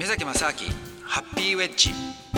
目崎正明ハッピーウェッジ。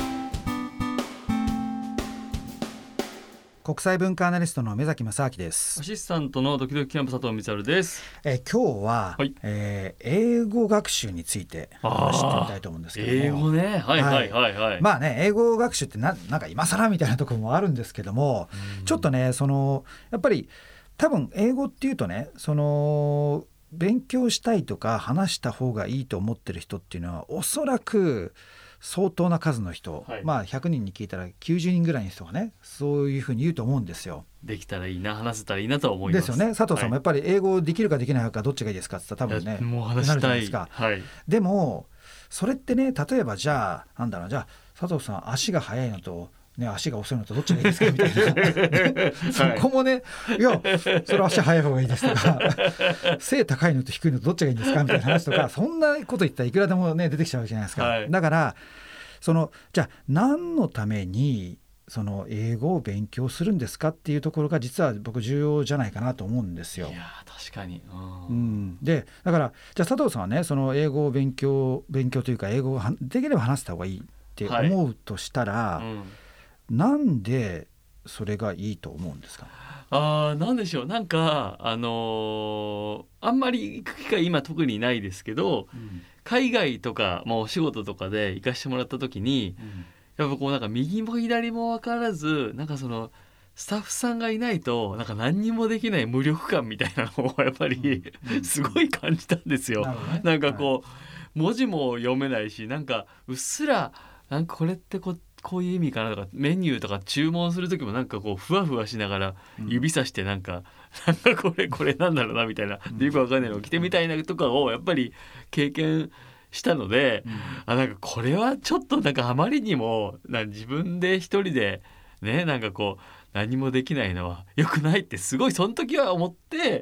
国際文化アナリストの目崎正明です。 アシスタントのドキドキキャンプ佐藤光です。 今日は、英語学習について話してみたいと思うんですけども。 英語ね、 まあね、英語学習ってなんか今更みたいなところもあるんですけども、ちょっとねやっぱり多分英語っていうとね勉強したいとか話した方がいいと思ってる人っていうのはおそらく相当な数の人、100人に聞いたら90人ぐらいの人がねそういうふうに言うと思うんですよ。 できたらいいな、話せたらいいなと思います。 ですよね。佐藤さんもやっぱり英語できるかできないかどっちがいいですかって言ったら多分ねもう話したい。 でもそれってね、例えばじゃあ佐藤さん足が速いのと足が遅いのとどっちがいいですかみたいなそこもね、いやそれは足速い方がいいですとか背高いのと低いのとどっちがいいんですかみたいな話とかそんなこと言ったらいくらでもね出てきちゃうわけじゃないですか、だからじゃあ何のために英語を勉強するんですかっていうところが実は僕重要じゃないかなと思うんですよ。 いや確かに、 でだからじゃあ佐藤さんはね英語を勉強というか英語をできれば話せた方がいいって思うとしたら、なんでそれがいいと思うんですか？ なんでしょう、なんかあんまり行く機会今特にないですけど、海外とか、お仕事とかで行かしてもらった時に、やっぱこうなんか右も左も分からずスタッフさんがいないと何にもできない無力感みたいなのをやっぱり、すごい感じたんですよ。文字も読めないし、うっすらこれってこういう意味かなとか、メニューとか注文する時もふわふわしながら指さしてこれなんだろうなみたいな、よくわかんないのを着てみたいなとかをやっぱり経験したので、これはちょっとあまりにも自分で一人でね何もできないのは良くないってすごいその時は思って、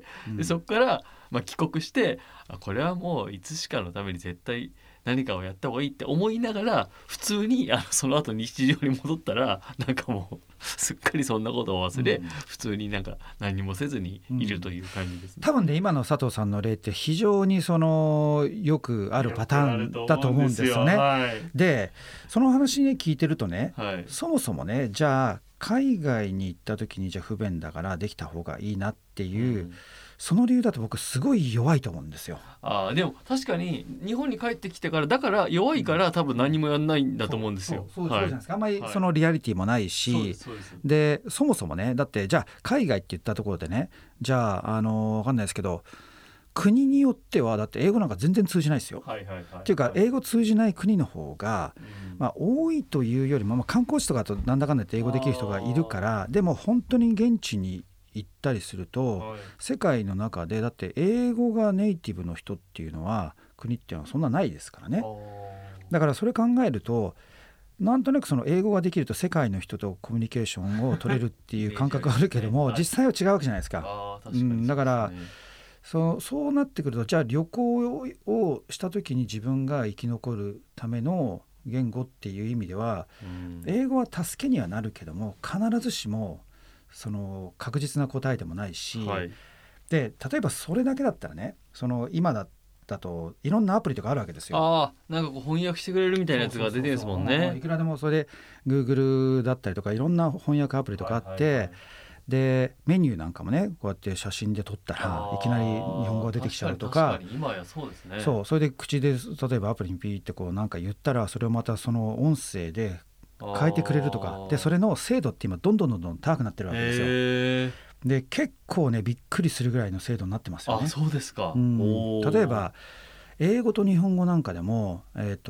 でそこから帰国して、これはもういつしかのために絶対何かをやった方がいいって思いながら、普通にその後日常に戻ったらもうすっかりそんなことを忘れ、普通に何もせずにいるという感じですね。 多分ね今の佐藤さんの例って非常によくあるパターンだと思うんですよね。でその話ね聞いてるとね、そもそもねじゃあ海外に行った時にじゃあ不便だからできた方がいいなっていう、その理由だと僕すごい弱いと思うんですよ。 でも確かに日本に帰ってきてからだから弱いから多分何もやんないんだと思うんですよ。 そうじゃないですか。あんまりそのリアリティもないし、でそもそもねだってじゃあ海外って言ったところでね、じゃあ分かんないですけど国によってはだって英語なんか全然通じないですよ。っていうか英語通じない国の方が、多いというよりも、観光地とかだとなんだかんだって英語できる人がいるから、でも本当に現地に行ったりすると、世界の中でだって英語がネイティブの人っていうのは国っていうのはそんなないですからね。だからそれ考えるとなんとなく英語ができると世界の人とコミュニケーションを取れるっていう感覚があるけども、実際は違うわけじゃないですか。だからそうなってくると、じゃあ旅行をした時に自分が生き残るための言語っていう意味では、英語は助けにはなるけども必ずしも確実な答えでもないし、で例えばそれだけだったらね今だといろんなアプリとかあるわけですよ。 翻訳してくれるみたいなやつが出てるんですもんね。 いくらでもそれで Google だったりとかいろんな翻訳アプリとかあって、でメニューなんかもねこうやって写真で撮ったらいきなり日本語が出てきちゃうとか、 今やそうですね。 それで口で例えばアプリにピーってなんか言ったらそれをまたその音声で変えてくれるとかで、それの精度って今どんどん高くなってるわけですよ。で結構ねびっくりするぐらいの精度になってますよね。 そうですか。 例えば英語と日本語なんかでも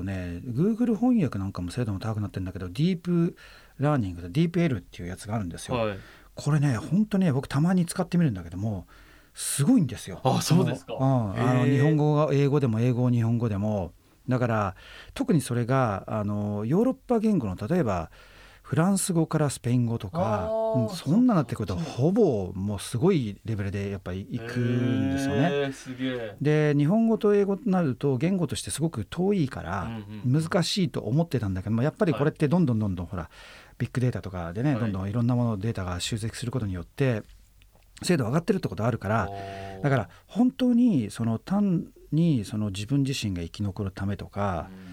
Google 翻訳なんかも精度も高くなってるんだけど、ディープラーニングで DeepL っていうやつがあるんですよ。これね本当に僕たまに使ってみるんだけどもすごいんですよ。 そうですか。 日本語が英語でも英語日本語でも、だから特にそれがヨーロッパ言語の例えばフランス語からスペイン語とか、そんななってくるとほぼもうすごいレベルでやっぱりいくんですよね。 すげえ。 で日本語と英語となると言語としてすごく遠いから難しいと思ってたんだけども、やっぱりこれってどんどんほらビッグデータとかでね、どんどんいろんなものデータが集積することによって精度上がってるってことあるから、だから本当に単に自分自身が生き残るためとか、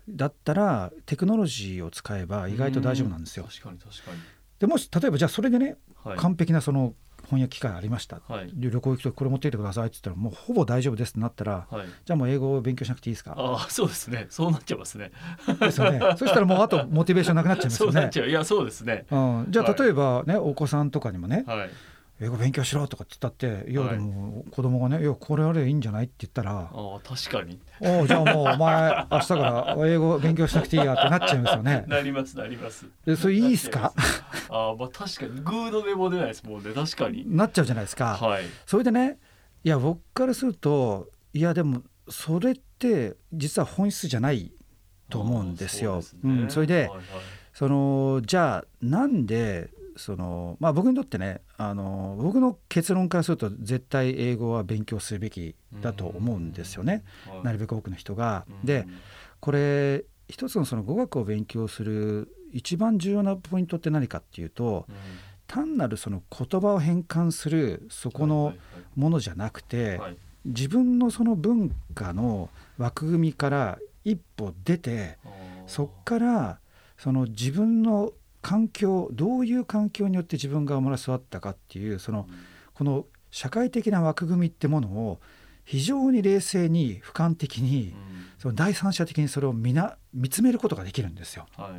だったらテクノロジーを使えば意外と大丈夫なんですよ。 確かに確かに。 でもし例えばじゃあそれでね、 はい、 完璧なその翻訳機会ありました、 はい、 旅行行くとこれ持っていてくださいって言ったらもうほぼ大丈夫ですってなったら、 はい、 じゃあもう英語を勉強しなくていいですか。 ああ、そうですね。そうなっちゃいますね。 ですよね。そしたらもうあとモチベーションなくなっちゃいますよね。 そうなっちゃう。いやそうですね、 じゃあ例えばね、お子さんとかにもね、 はい、 英語勉強しろとかって言ったって、いやでも子供がね、いやこれあれいいんじゃないって言ったら、 確かにじゃあもうお前明日から英語勉強しなくていいやってなっちゃいますよね。 なりますなります。 それいいですか。 まあ確かにグーの音も出ないですもんね。確かになっちゃうじゃないですか、 はい、 それでね、いや僕からすると、いやでもそれって実は本質じゃないと思うんですよ。それで、はいはい、じゃあなんで僕にとってね、僕の結論からすると絶対英語は勉強するべきだと思うんですよね、なるべく多くの人が。でこれ一つのその語学を勉強する一番重要なポイントって何かっていうと、単なるその言葉を変換するそこのものじゃなくて、自分のその文化の枠組みから一歩出て、そこからその自分の環境、どういう環境によって自分が生まれ育ったかっていうこの社会的な枠組みってものを非常に冷静に俯瞰的に、その第三者的にそれを見つめることができるんですよ、はい、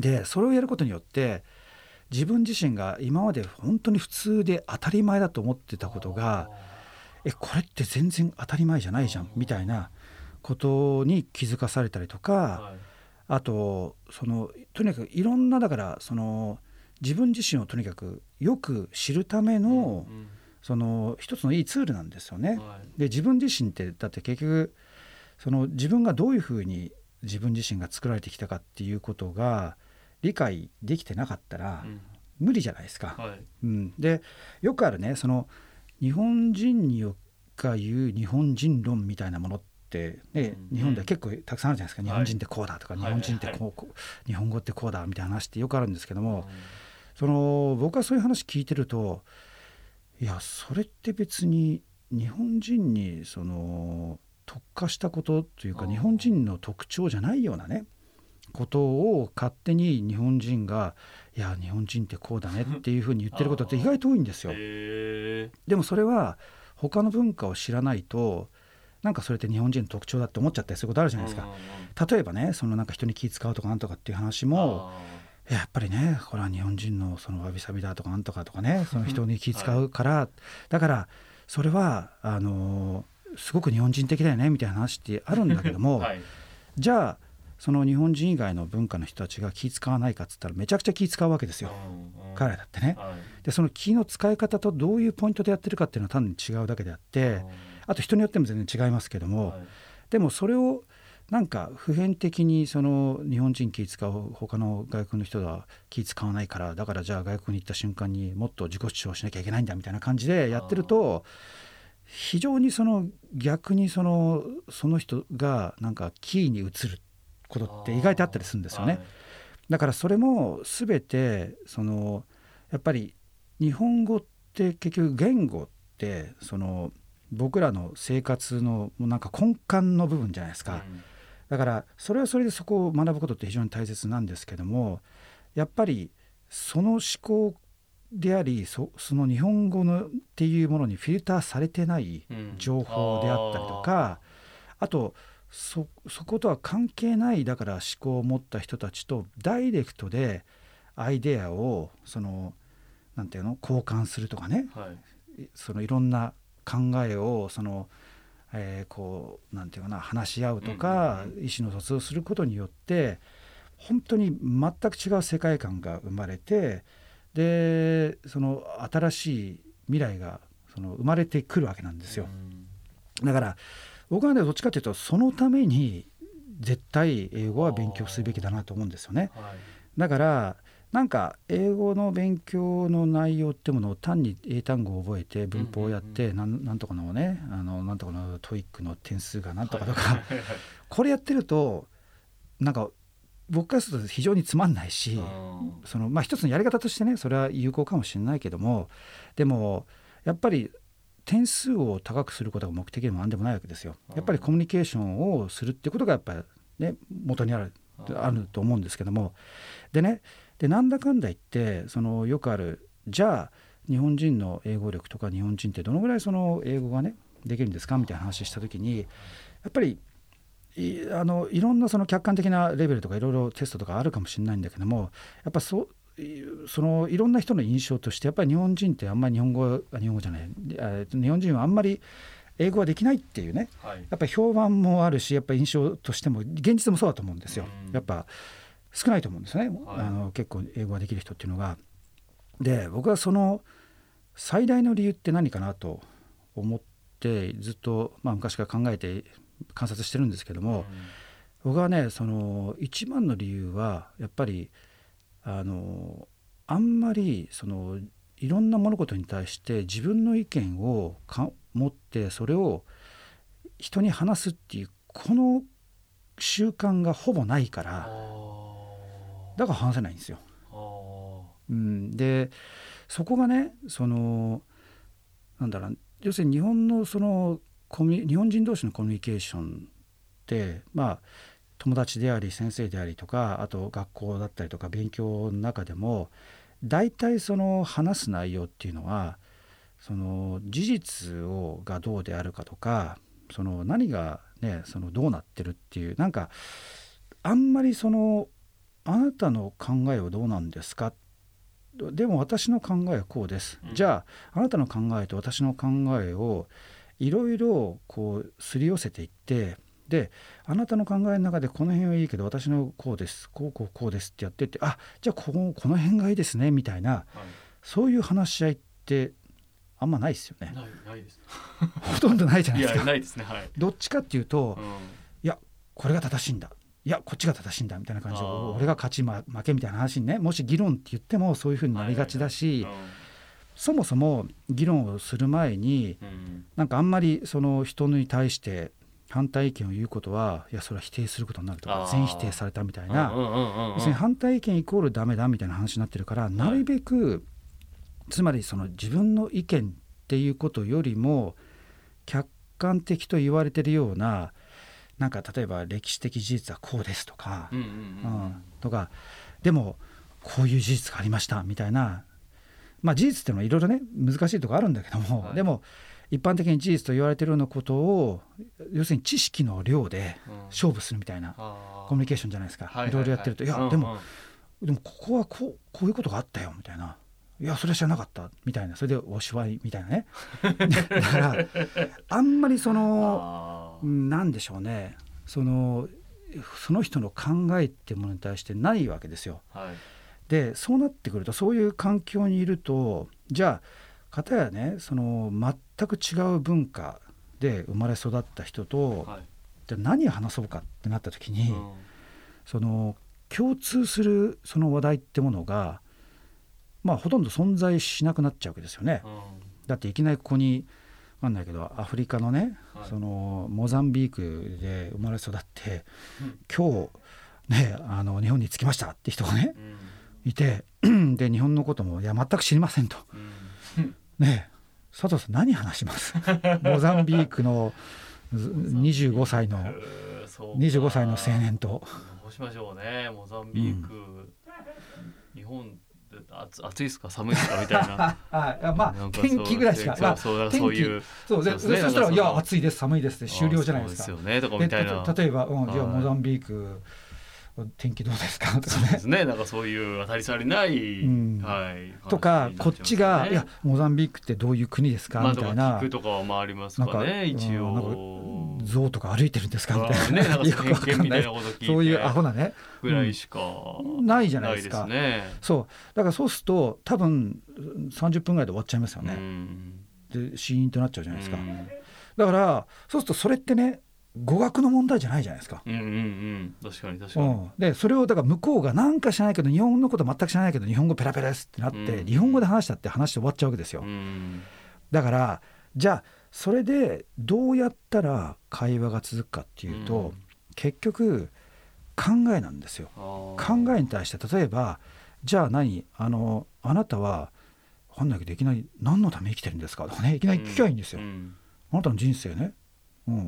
でそれをやることによって自分自身が今まで本当に普通で当たり前だと思ってたことが、これって全然当たり前じゃないじゃんみたいなことに気づかされたりとか、はい、あととにかくいろんな、だから自分自身をとにかくよく知るための、一つのいいツールなんですよね、はい、で自分自身ってだって結局自分がどういうふうに自分自身が作られてきたかっていうことが理解できてなかったら無理じゃないですか、はい、でよくあるね、日本人が言う日本人論みたいなものってね、日本では結構たくさんあるじゃないですか、日本人ってこうだとか、日本人って日本語ってこうだみたいな話ってよくあるんですけども、僕はそういう話聞いてると、いやそれって別に日本人に特化したことというか、日本人の特徴じゃないようなねことを勝手に日本人が、いや日本人ってこうだねっていうふうに言ってることって意外と多いんですよ。でもそれは他の文化を知らないと、なんかそれって日本人の特徴だって思っちゃったりすることあるじゃないですか。例えばね、なんか人に気使うとかなんとかっていう話も、やっぱりね、これは日本人のわびさびだとかなんとかとかね、人に気使うから、はい、だからそれはすごく日本人的だよねみたいな話ってあるんだけども、はい、じゃあ日本人以外の文化の人たちが気使わないかっつったらめちゃくちゃ気使うわけですよ、彼らだってね、はい、でその気の使い方とどういうポイントでやってるかっていうのは単に違うだけであって、あと人によっても全然違いますけども、はい、でもそれをなんか普遍的に日本人気使う、他の外国の人は気使わないから、だからじゃあ外国に行った瞬間にもっと自己主張しなきゃいけないんだみたいな感じでやってると、非常に逆にその人がなんかキーに移ることって意外とあったりするんですよね、はい、だからそれも全てやっぱり日本語って結局言語って僕らの生活のなんか根幹の部分じゃないですか、だからそれはそれでそこを学ぶことって非常に大切なんですけども、やっぱりその思考であり、その日本語のっていうものにフィルターされてない情報であったりとか、あとそことは関係ない、だから思考を持った人たちとダイレクトでアイデアをなんていうの交換するとかね、はい、いろんな考えをこうなんていうかな、話し合うとか、意思の疎通をすることによって本当に全く違う世界観が生まれて、で新しい未来が生まれてくるわけなんですよ。だから僕はね、どっちかというとそのために絶対英語は勉強するべきだなと思うんですよね、はい、だからなんか英語の勉強の内容ってものを単に英単語を覚えて文法をやって、なんとかのね、なんとかのトイックの点数がなんとかとか、これやってるとなんか僕からすると非常につまんないし、一つのやり方としてねそれは有効かもしれないけども、でもやっぱり点数を高くすることが目的でも何でもないわけですよ。やっぱりコミュニケーションをするってことがやっぱりね、元にあると思うんですけども、でね、でなんだかんだ言ってよくある、じゃあ日本人の英語力とか日本人ってどのぐらい英語がねできるんですかみたいな話した時に、やっぱりいろんな客観的なレベルとかいろいろテストとかあるかもしれないんだけども、やっぱいろんな人の印象としてやっぱり日本人ってあんまり日本語じゃない日本人はあんまり英語はできないっていうね、 はい、 やっぱり評判もあるし、やっぱり印象としても現実もそうだと思うんですよ。やっぱ少ないと思うんですよね、はい、結構英語ができる人っていうのが。で僕は最大の理由って何かなと思ってずっと、昔から考えて観察してるんですけども、僕はね一番の理由はやっぱりあんまりいろんな物事に対して自分の意見を持ってそれを人に話すっていうこの習慣がほぼないから、だから話せないんですよ。でそこがねなんだろう、要するに日本の日本人同士のコミュニケーションって、友達であり先生でありとか、あと学校だったりとか勉強の中でも大体話す内容っていうのは事実がどうであるかとか何がねどうなってるっていう、なんかあんまりあなたの考えはどうなんですか、でも私の考えはこうです、じゃああなたの考えと私の考えをいろいろすり寄せていって、であなたの考えの中でこの辺はいいけど私のこうですこうですってやってって、じゃあこの辺がいいですねみたいな、はい、そういう話し合いってあんまないですよね。 ないですほとんどないじゃないですか。 いやないですね、はい、 どっちかっていうと、いやこれが正しいんだ、いやこっちが正しいんだみたいな感じで、俺が勝ち負けみたいな話にね、もし議論って言ってもそういう風になりがちだし、そもそも議論をする前に、なんかあんまり人に対して反対意見を言うことは、いやそれは否定することになるとか、全否定されたみたいな、要するに反対意見イコールダメだみたいな話になってるから、なるべくつまり自分の意見っていうことよりも客観的と言われてるような、なんか例えば歴史的事実はこうですとか、とか、でもこういう事実がありましたみたいな、事実っていうのはいろいろね難しいところあるんだけども、でも一般的に事実と言われているようなことを、要するに知識の量で勝負するみたいなコミュニケーションじゃないですか。いろいろやってると、いやでもここはこういうことがあったよみたいな、いやそれは知らなかったみたいな、それでおしまいみたいなねだからあんまりなんでしょうね、その人の考えっていうものに対してないわけですよ。でそうなってくると、そういう環境にいると、じゃあ片やね全く違う文化で生まれ育った人と、じゃあ何を話そうかってなった時に、共通する話題ってものがほとんど存在しなくなっちゃうわけですよね。だっていきなりここに分かんないけどアフリカのね、モザンビークで生まれ育って、今日ね日本に着きましたって人がね、いてで日本のこともいや全く知りませんと、ねえ佐藤さん何話しますモザンビークの25歳の青年と。 どうしましょうね、モザンビーク、日本暑いですか寒いですかみたいな天気ぐらいしか、 そういうそしたらいや暑いです寒いですって終了じゃないですか。 そうですよねとかみたいな。 例えば、じゃあモザンビーク天気どうですかとかね。 そうですね、なんかそういう当たり障りない、 とか、こっちがいやモザンビークってどういう国ですかみたいな、 聞くとかはありますかね。一応象とか歩いてるんですかみたいな、 なんか偏見みたいなこと聞いて、 そういうアホなねぐらいしかないじゃないですか。そうだからそうすると多分30分ぐらいで終わっちゃいますよね。でシーンとなっちゃうじゃないですか。だからそうするとそれってね語学の問題じゃないじゃないですか。 確かに、 でそれをだから向こうがなんか知らないけど日本のこと全く知らないけど日本語ペラペラですってなって、日本語で話したって話して終わっちゃうわけですよ。だからじゃあそれでどうやったら会話が続くかっていうと、結局考えなんですよ。考えに対して例えばじゃああなたは分かんないけどいきなり何のために生きてるんですかとかね、いきなり聞きゃいいんですよ。あなたの人生ね、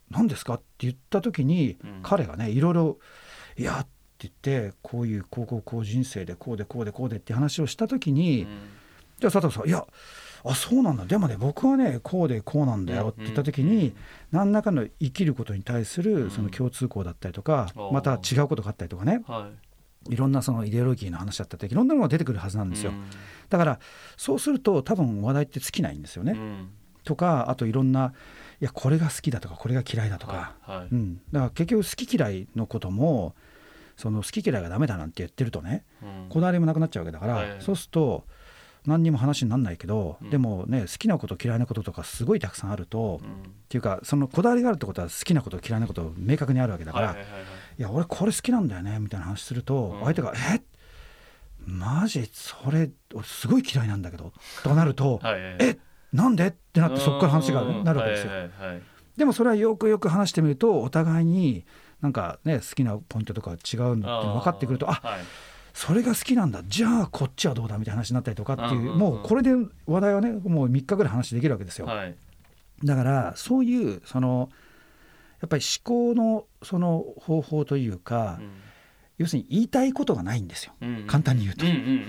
何ですかって言った時に、彼がねいろいろいやって言ってこういうこう人生でこうでって話をした時に、じゃあ佐藤さんいやそうなんだでもね僕はねこうでこうなんだよって言った時に、何らかの生きることに対するその共通項だったりとか、また違うことがあったりとかね、いろんなそのイデオロギーの話だったりいろんなものが出てくるはずなんですよ。だからそうすると多分話題って尽きないんですよね、とかあといろんないやこれが好きだとかこれが嫌いだとか、だから結局好き嫌いのこともその好き嫌いがダメだなんて言ってるとね、こだわりもなくなっちゃうわけだから、そうすると何にも話にならないけど、でもね好きなこと嫌いなこととかすごいたくさんあると、っていうかそのこだわりがあるってことは好きなこと嫌いなこと明確にあるわけだから、いや俺これ好きなんだよねみたいな話すると、相手がマジそれ俺すごい嫌いなんだけどとなるとなんでってなってそこから話がなるわけですよ。でもそれはよくよく話してみるとお互いになんかね好きなポイントとか違うのっていうの分かってくるとそれが好きなんだじゃあこっちはどうだみたいな話になったりとかっていう、もうこれで話題はねもう3日ぐらい話できるわけですよ、だからそういうそのやっぱり思考のその方法というか、要するに言いたいことがないんですよ、簡単に言うと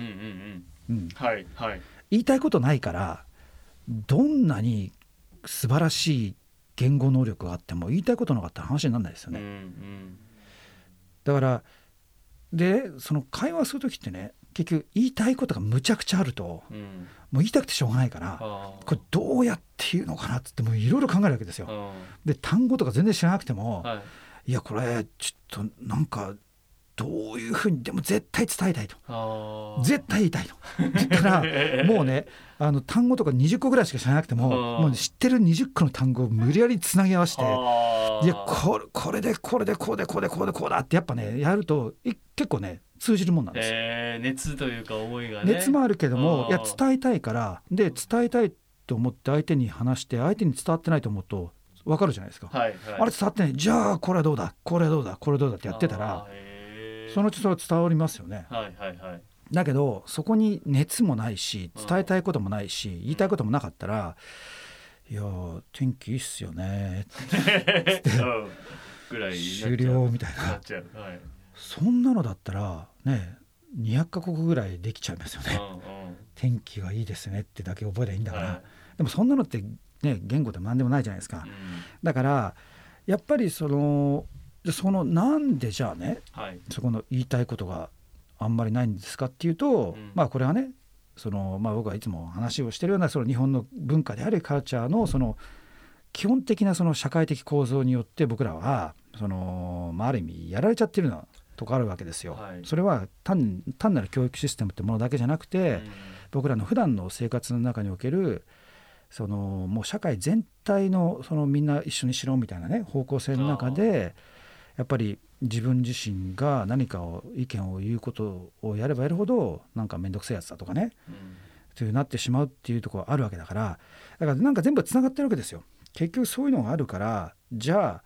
言いたいことないからどんなに素晴らしい言語能力があっても言いたいことなかったら話にならないですよね、だからでその会話するときってね結局言いたいことがむちゃくちゃあると、もう言いたくてしょうがないからこれどうやって言うのかなっつってもいろいろ考えるわけですよ、で単語とか全然知らなくても、いやこれちょっとなんかどういうふうにでも絶対伝えたいと絶対言いたいとだからもうね単語とか20個ぐらいしか知らなくてももう知ってる20個の単語を無理やりつなぎ合わせていやこれでこうだってやっぱねやると結構ね通じるもんなんですよ、 熱というか思いがね熱もあるけどもいや伝えたいからで伝えたいと思って相手に話して相手に伝わってないと思うと分かるじゃないですか、あれ伝わってないじゃあこれはどうだってやってたらそのうちそれ伝わりますよね、だけどそこに熱もないし伝えたいこともないし、言いたいこともなかったらいや天気いいっすよねってぐらい終了みたいな、そんなのだったらね200カ国ぐらいできちゃいますよね、天気がいいですねってだけ覚えればいいんだから、でもそんなのってね言語でも何でもないじゃないですか、だからやっぱりそのなんでじゃあね、そこの言いたいことがあんまりないんですかっていうと、これはね僕はいつも話をしているようなその日本の文化であるカルチャーのその基本的なその社会的構造によって僕らはある意味やられちゃってるようなとこあるわけですよ、それは単なる教育システムってものだけじゃなくて、僕らの普段の生活の中におけるもう社会全体のみんな一緒にしろみたいなね方向性の中でやっぱり自分自身が何か意見を言うことをやればやるほどなんか面倒くせえやつだとかね、というなってしまうっていうところがあるわけだからなんか全部つながってるわけですよ。結局そういうのがあるからじゃあ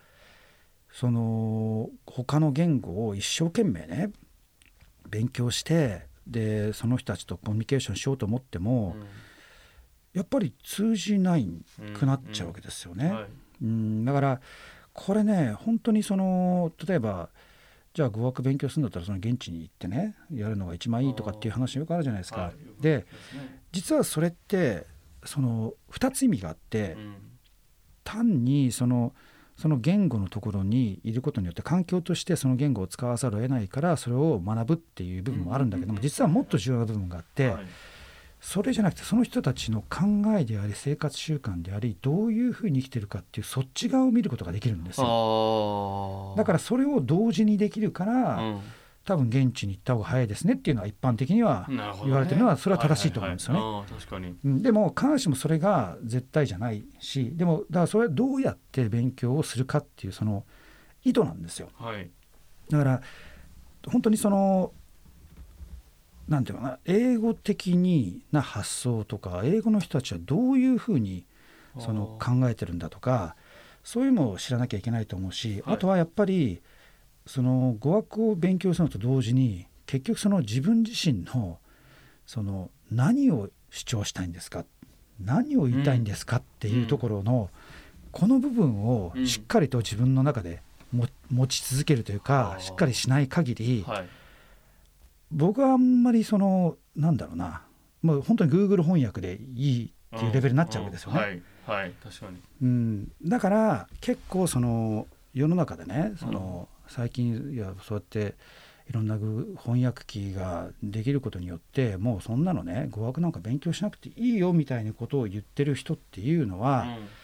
他の言語を一生懸命ね勉強してでその人たちとコミュニケーションしようと思っても、やっぱり通じないくなっちゃうわけですよね、だからこれね本当に例えばじゃあ語学勉強するんだったらその現地に行ってねやるのが一番いいとかっていう話よくあるじゃないですか、で実はそれって2つ意味があって、単にその言語のところにいることによって環境としてその言語を使わざるを得ないからそれを学ぶっていう部分もあるんだけども、実はもっと重要な部分があって、それじゃなくてその人たちの考えであり生活習慣でありどういうふうに生きてるかっていうそっち側を見ることができるんですよ。だからそれを同時にできるから、多分現地に行った方が早いですねっていうのは一般的には言われてるのはそれは正しいと思うんですよね。 確かに。 でも必ずしもそれが絶対じゃないし、でもだからそれはどうやって勉強をするかっていうその意図なんですよ。だから本当になんていうかな英語的な発想とか英語の人たちはどういうふうに考えてるんだとかそういうのを知らなきゃいけないと思うし、あとはやっぱり語学を勉強するのと同時に結局自分自身の何を主張したいんですか何を言いたいんですかっていうところのこの部分をしっかりと自分の中で持ち続けるというか、しっかりしない限り、はい、僕はあんまりなんだろうな、もう本当に Google 翻訳でいいっていうレベルになっちゃうわけですよね。 はいはい、確かに。 だから結構世の中でね、最近そうやっていろんな翻訳機ができることによって、もうそんなのね、語学なんか勉強しなくていいよみたいなことを言ってる人っていうのは、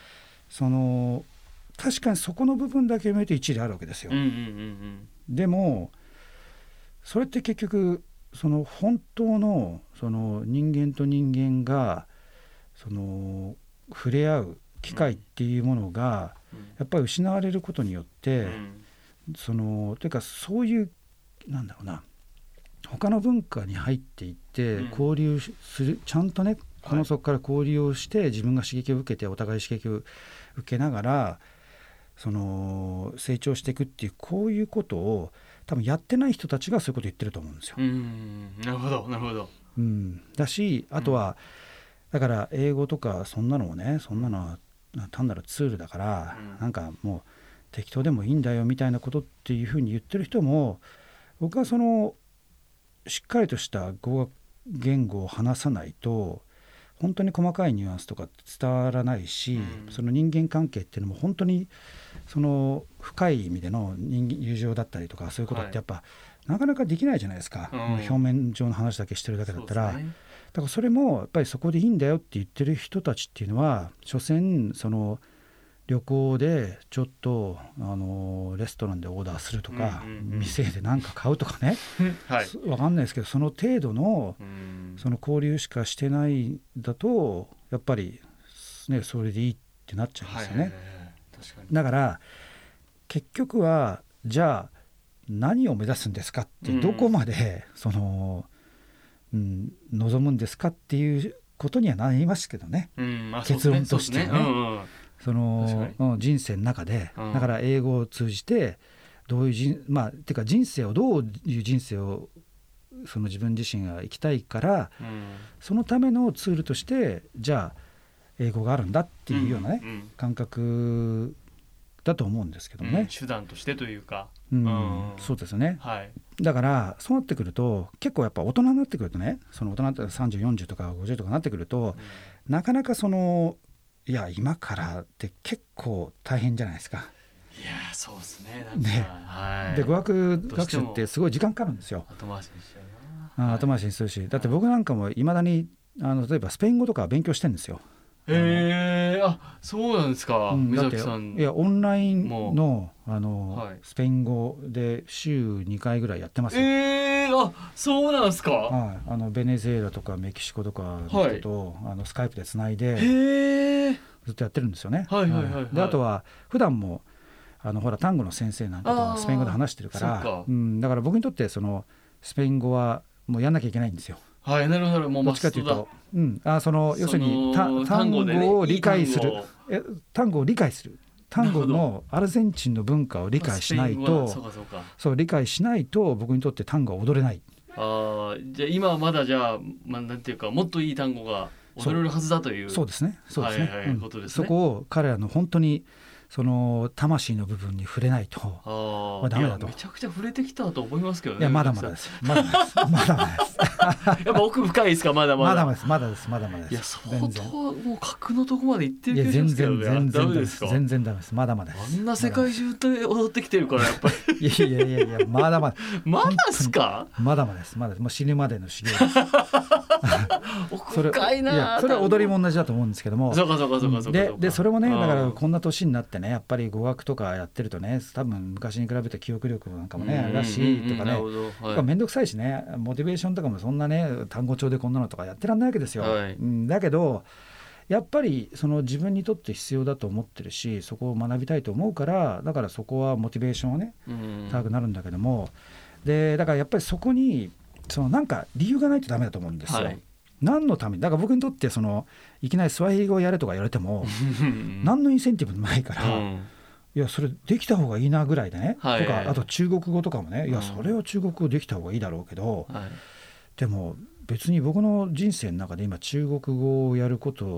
確かにそこの部分だけ見ると一理あるわけですよ。でもそれって結局本当の人間と人間が触れ合う機会っていうものがやっぱり失われることによって、というかそういうなんだろうな、他の文化に入っていって交流する、ちゃんとねこの底から交流をして自分が刺激を受けてお互い刺激を受けながら成長していくっていう、こういうことを多分やってない人たちがそういうこと言ってると思うんですよ。 なるほどなるほど。 だし、あとは、だから英語とかそんなのをね、そんなのは単なるツールだから、なんかもう適当でもいいんだよみたいなことっていうふうに言ってる人も、僕はしっかりとした語学言語を話さないと本当に細かいニュアンスとか伝わらないし、その人間関係っていうのも本当に深い意味での友情だったりとか、そういうことってやっぱ、なかなかできないじゃないですか、表面上の話だけしてるだけだったら。だからそれもやっぱりそこでいいんだよって言ってる人たちっていうのは、所詮旅行でちょっとレストランでオーダーするとか、店で何か買うとかね、分かんないですけど、その程度の交流しかしてないんだとやっぱりね、それでいいってなっちゃうんですよね。 確かに。 だから結局はじゃあ何を目指すんですかって、どこまで望むんですかっていうことにはなりますけどね、結論としてね。人生の中で、だから英語を通じてどういうてか人生をどういう人生を自分自身が生きたいから、そのためのツールとしてじゃあ英語があるんだっていうようなね、感覚だと思うんですけどね、 手段としてというか、 そうですよね、だからそうなってくると、結構やっぱ大人になってくるとね、大人って30、40とか50とかなってくると、なかなかいや今からって結構大変じゃないですか。 いやそうですね。 で語学学習ってすごい時間かかるんですよ。 後回しにしちゃうな。 後回しにするし、だって僕なんかもいまだに例えばスペイン語とか勉強してるんですよ。 そうなんですか。水崎さん。 いやオンラインのスペイン語で週2回ぐらいやってますよ。 そうなんですか。 ベネズエラとかメキシコとかの人と、スカイプでつないでずっとやってるんですよね。であとは普段もほら単語の先生なんかとはスペイン語で話してるから、だから僕にとってスペイン語はもうやんなきゃいけないんですよ。 なるほど。もうどっちかというと、要するに単語を理解する、単語を理解する、単語のアルゼンチンの文化を理解しないと、理解しないと僕にとって単語は踊れない。 じゃあ今はまだなんていうか、もっといい単語が踊れるはずだという。そうですね。 そこを彼らの本当に魂の部分に触れないとダメだと。 めちゃくちゃ触れてきたと思いますけどね。 いやまだまだです。まだまだです。 やっぱ奥深いですか。まだまだです。まだです。いや相当もう格のとこまで行ってる気がしますけどね。 全然ダメです。全然ダメです。まだまだです。 あんな世界中で踊ってきてるからやっぱり。 いやまだまだ。 まだですか。 まだまだです。もう死ぬまでの修行です。 奥深いな。 いやそれは踊りも同じだと思うんですけども。 そうか。 でそれもね、だからこんな年になってね、やっぱり語学とかやってるとね、多分昔に比べて記憶力なんかもねあれだしとかね、めんどくさいしね、モチベーションとかもそんなね単語帳でこんなのとかやってらんないわけですよ。だけどやっぱり自分にとって必要だと思ってるし、そこを学びたいと思うから、だからそこはモチベーションはね高くなるんだけども、でだからやっぱりそこになんか理由がないとダメだと思うんですよ。何のために、だから僕にとっていきなりスワヒリ語をやれとか言われても何のインセンティブもないから、いやそれできた方がいいなぐらいでね、とかあと中国語とかもね、いやそれは中国語できた方がいいだろうけど、でも別に僕の人生の中で今中国語をやること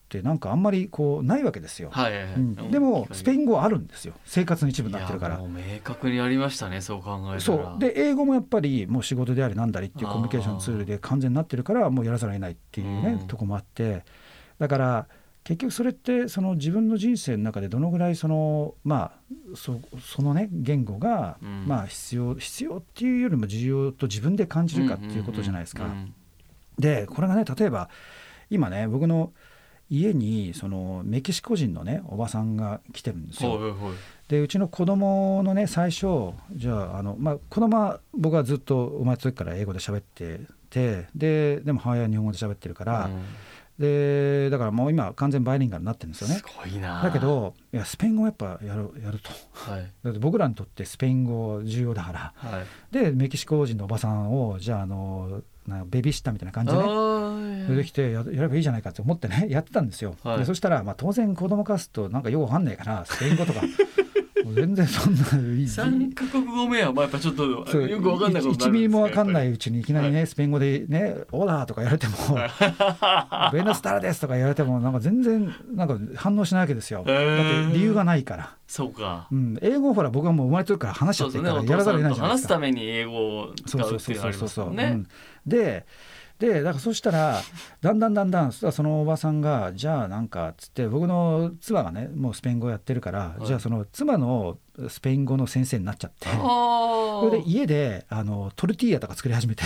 ってなんかあんまりこうないわけですよ、 はいはいはい、 でもスペイン語はあるんですよ、生活の一部になってるから。 いやもう明確にありましたね、そう考えたら。 そうで英語もやっぱりもう仕事でありなんだりっていうコミュニケーションツールで完全になってるからもうやらざるを得ないっていうね、とこもあって、だから結局それってその自分の人生の中でどのぐらいそのそのね言語が必要っていうよりも重要と自分で感じるかっていうことじゃないですか。でこれがね例えば今ね僕の家にそのメキシコ人のねおばさんが来てるんですよ。でうちの子供のね最初じゃあ子供は僕はずっと生まれた時から英語で喋っててでも母親は日本語で喋ってるから、でだからもう今完全バイリンガルになってるんですよね。 すごいな。 だけどいやスペイン語やっぱやると、だって僕らにとってスペイン語重要だから、でメキシコ人のおばさんをじゃあベビーシッターみたいな感じでね出てきてやればいいじゃないかと思ってねやってたんですよ、でそしたら当然子供貸すとなんかよくわかんないからスペイン語とかもう全然そんな 3カ国語目はやっぱちょっとよくわかんないことになるんですか。 1ミリもわかんないうちにいきなりね、スペイン語でねオーダーとか言われてもベナスタラですとか言われてもなんか全然なんか反応しないわけですよ、だって理由がないから。 そうか、 英語ほら僕はもう生まれた時から話しちゃってるからやらざるを得ないじゃないですか。 話すために英語を使うっていうのがありますもんね。 でだからそしたらだんだんそのおばさんがじゃあなんかつって僕の妻がねもうスペイン語やってるから、じゃあその妻のスペイン語の先生になっちゃって、それで家でトルティーヤとか作り始めて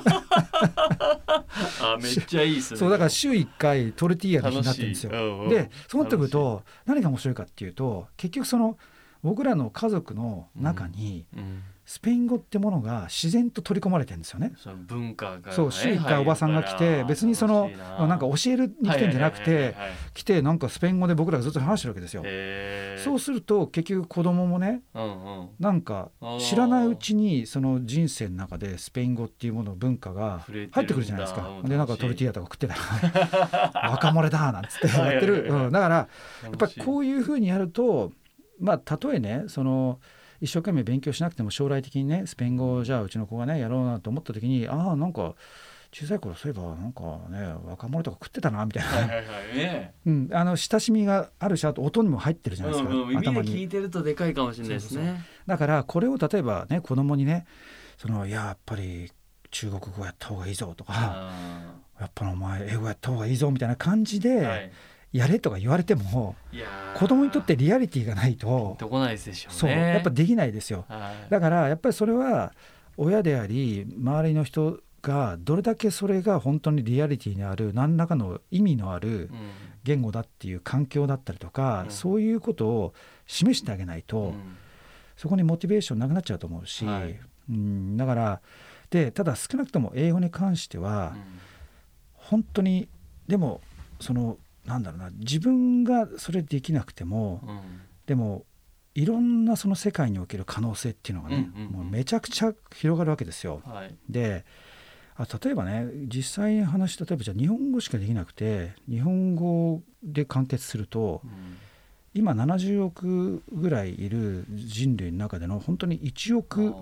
めっちゃいいですね。 そうだから週1回トルティーヤの日になってるんですよ。でそうなってくると何が面白いかっていうと結局その僕らの家族の中に、スペイン語ってものが自然と取り込まれてるんですよね。 その文化が、ね、 そう週1回おばさんが来て別にそのなんか教えるに来てんじゃなくて来てなんかスペイン語で僕らがずっと話してるわけですよ。そうすると結局子供もね、なんか知らないうちにその人生の中でスペイン語っていうもの文化が入ってくるじゃないですか。でなんかトルティーヤとか食ってたら若漏れだなんつってやってる、だからやっぱこういうふうにやるとたとえねその一生懸命勉強しなくても将来的にねスペイン語をじゃあうちの子がねやろうなと思った時になんか小さい頃そういえばなんかね若者とか食ってたなみたいな、親しみがあるしあと音にも入ってるじゃないですか、 耳で聞いてるとでかいかもしれないですね。 だからこれを例えばね子供にねやっぱり中国語やった方がいいぞとかやっぱお前英語やった方がいいぞみたいな感じで、やれとか言われても子供にとってリアリティがないとでこないでしょうね。 そうやっぱできないですよ、だからやっぱりそれは親であり周りの人がどれだけそれが本当にリアリティにある何らかの意味のある言語だっていう環境だったりとか、そういうことを示してあげないと、そこにモチベーションなくなっちゃうと思うし、だからただ少なくとも英語に関しては、本当にでもそのなんだろうな自分がそれできなくても、でもいろんなその世界における可能性っていうのがね、もうめちゃくちゃ広がるわけですよ。で例えばね実際に例えばじゃあ日本語しかできなくて日本語で完結すると、今70億ぐらいいる人類の中での本当に1億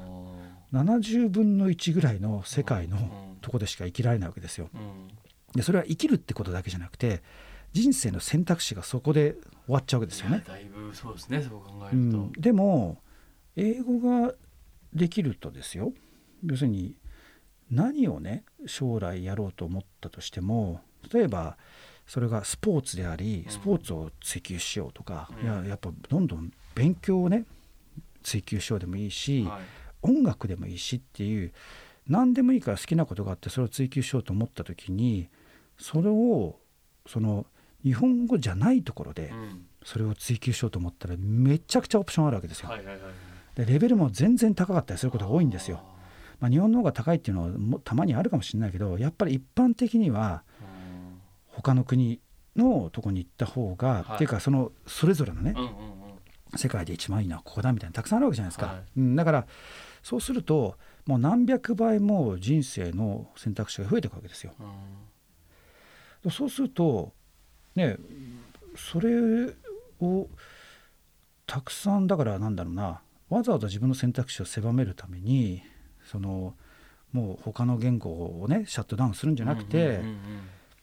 70分の1ぐらいの世界のとこでしか生きられないわけですよ。でそれは生きるってことだけじゃなくて人生の選択肢がそこで終わっちゃうわけですよね。 だいぶそうですね、そう考えると、 でも英語ができるとですよ、要するに何をね将来やろうと思ったとしても、例えばそれがスポーツでありスポーツを追求しようとか、やっぱどんどん勉強をね追求しようでもいいし、音楽でもいいしっていう何でもいいから好きなことがあってそれを追求しようと思った時に、それをその日本語じゃないところでそれを追求しようと思ったらめちゃくちゃオプションあるわけですよ。でレベルも全然高かったりすることが多いんですよ。日本の方が高いっていうのはもたまにあるかもしれないけど、やっぱり一般的には他の国のとこに行った方が、っていうかそれぞれのね、世界で一番いいのはここだみたいなたくさんあるわけじゃないですか、だからそうするともう何百倍も人生の選択肢が増えていくわけですよ。そうするとねそれをたくさんだからなんだろうな、わざわざ自分の選択肢を狭めるためにもう他の言語をねシャットダウンするんじゃなくて、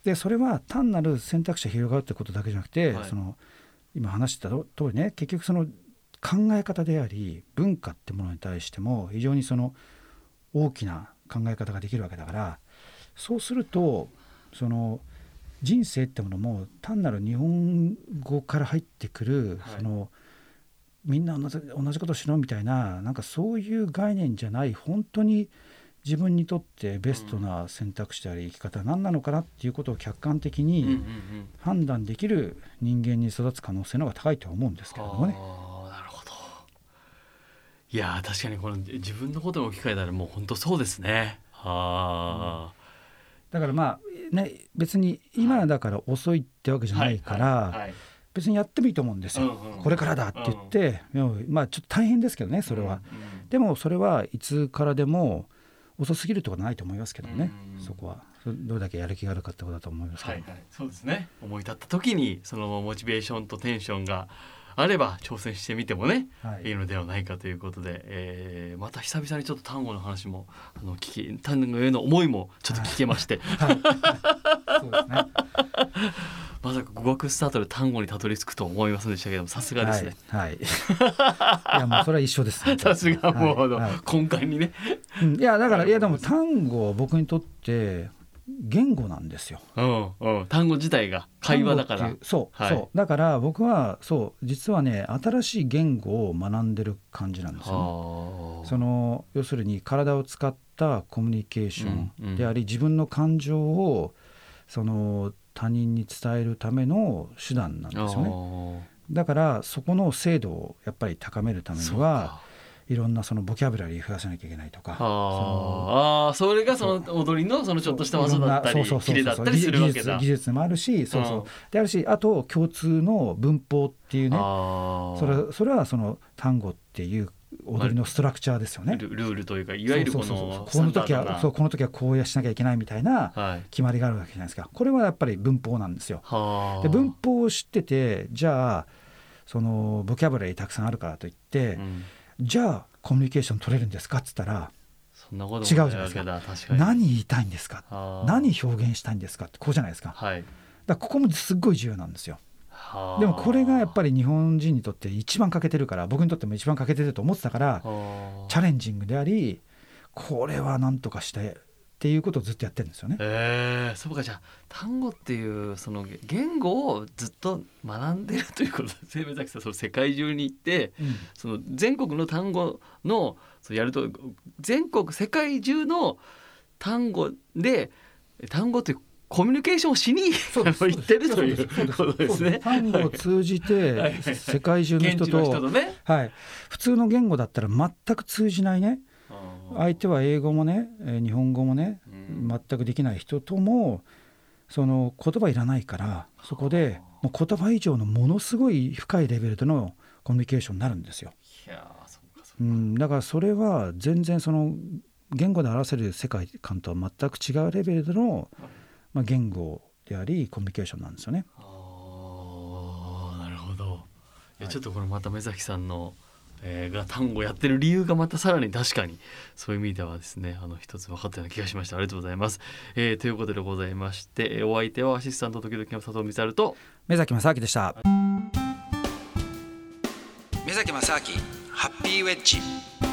でそれは単なる選択肢が広がるってことだけじゃなくて、 はい、 その今話してた通りね、結局その考え方であり文化ってものに対しても非常にその大きな考え方ができるわけだから、そうするとその人生ってものも単なる日本語から入ってくる、 はい、 そのみんな同じことしろみたいな、なんかそういう概念じゃない、本当に自分にとってベストな選択肢であり生き方は何なのかなっていうことを客観的に判断できる人間に育つ可能性の方が高いとは思うんですけれどもね。 なるほど。いや確かにこの自分のことに置き換えたらもう本当そうですね。 だからまあね、別に今だから遅いってわけじゃないから、別にやってもいいと思うんですよ、これからだって言って、まあちょっと大変ですけどねそれは、でもそれはいつからでも遅すぎるとかないと思いますけどね、そこはどれだけやる気があるかってことだと思いますけど、 そうですね。思い立った時にそのモチベーションとテンションがあれば挑戦してみてもね、いいのではないかということで、また久々にちょっと単語の話も単語への思いもちょっと聞けまして、そうですねまさか語学スタートで単語にたどり着くと思いませんでしたけども、さすがですね。 いやもうそれは一緒です、ね、 さすがもう、根幹にね、 いやだからでも単語は僕にとって言語なんですよ、 単語自体が会話だから。 そうだから僕は実はね新しい言語を学んでる感じなんですよ、ね、その要するに体を使ったコミュニケーションであり、自分の感情をその他人に伝えるための手段なんですよね。だからそこの精度をやっぱり高めるためにはいろんなそのボキャブラリー増やさなきゃいけないとか、 それがその踊りのそのちょっとした技だったりキレだったりするわけだ。 技術もあるし、であるし、あと共通の文法っていうね、それはその単語っていう踊りのストラクチャーですよね。 ルールというか、いわゆるこのこの時はこうしなきゃいけないみたいな決まりがあるわけじゃないですか。これはやっぱり文法なんですよ。で文法を知ってて、じゃあそのボキャブラリーたくさんあるからといって、じゃあコミュニケーション取れるんですかって言ったらそんなこと違うじゃないですか。何言いたいんですか、何表現したいんですかってこうじゃないですか。だからここもすっごい重要なんですよ。でもこれがやっぱり日本人にとって一番欠けてるから、僕にとっても一番欠けてると思ってたから、チャレンジングであり、これは何とかしてっていうことをずっとやってるんですよね。 そうか。じゃあ単語っていうその言語をずっと学んでるということですね。目崎さん、その世界中に行って、その全国の単語のやると、世界中の単語で単語というコミュニケーションをしに行ってるということですね。 単語を通じて世界中の人と、普通の言語だったら全く通じないね、相手は英語もね日本語もね、全くできない人ともその言葉いらないから、そこでもう言葉以上のものすごい深いレベルでのコミュニケーションになるんですよ。だからそれは全然その言語で表せる世界観とは全く違うレベルでの、言語でありコミュニケーションなんですよね。 なるほど。ちょっとこれまた目崎さんのが単語をやってる理由がまたさらに確かにそういう意味ではですね、一つ分かったような気がしました。ありがとうございます。ということでございまして、お相手はアシスタント時々の佐藤光と目崎正明でした。目崎正明ハッピーウェッジ。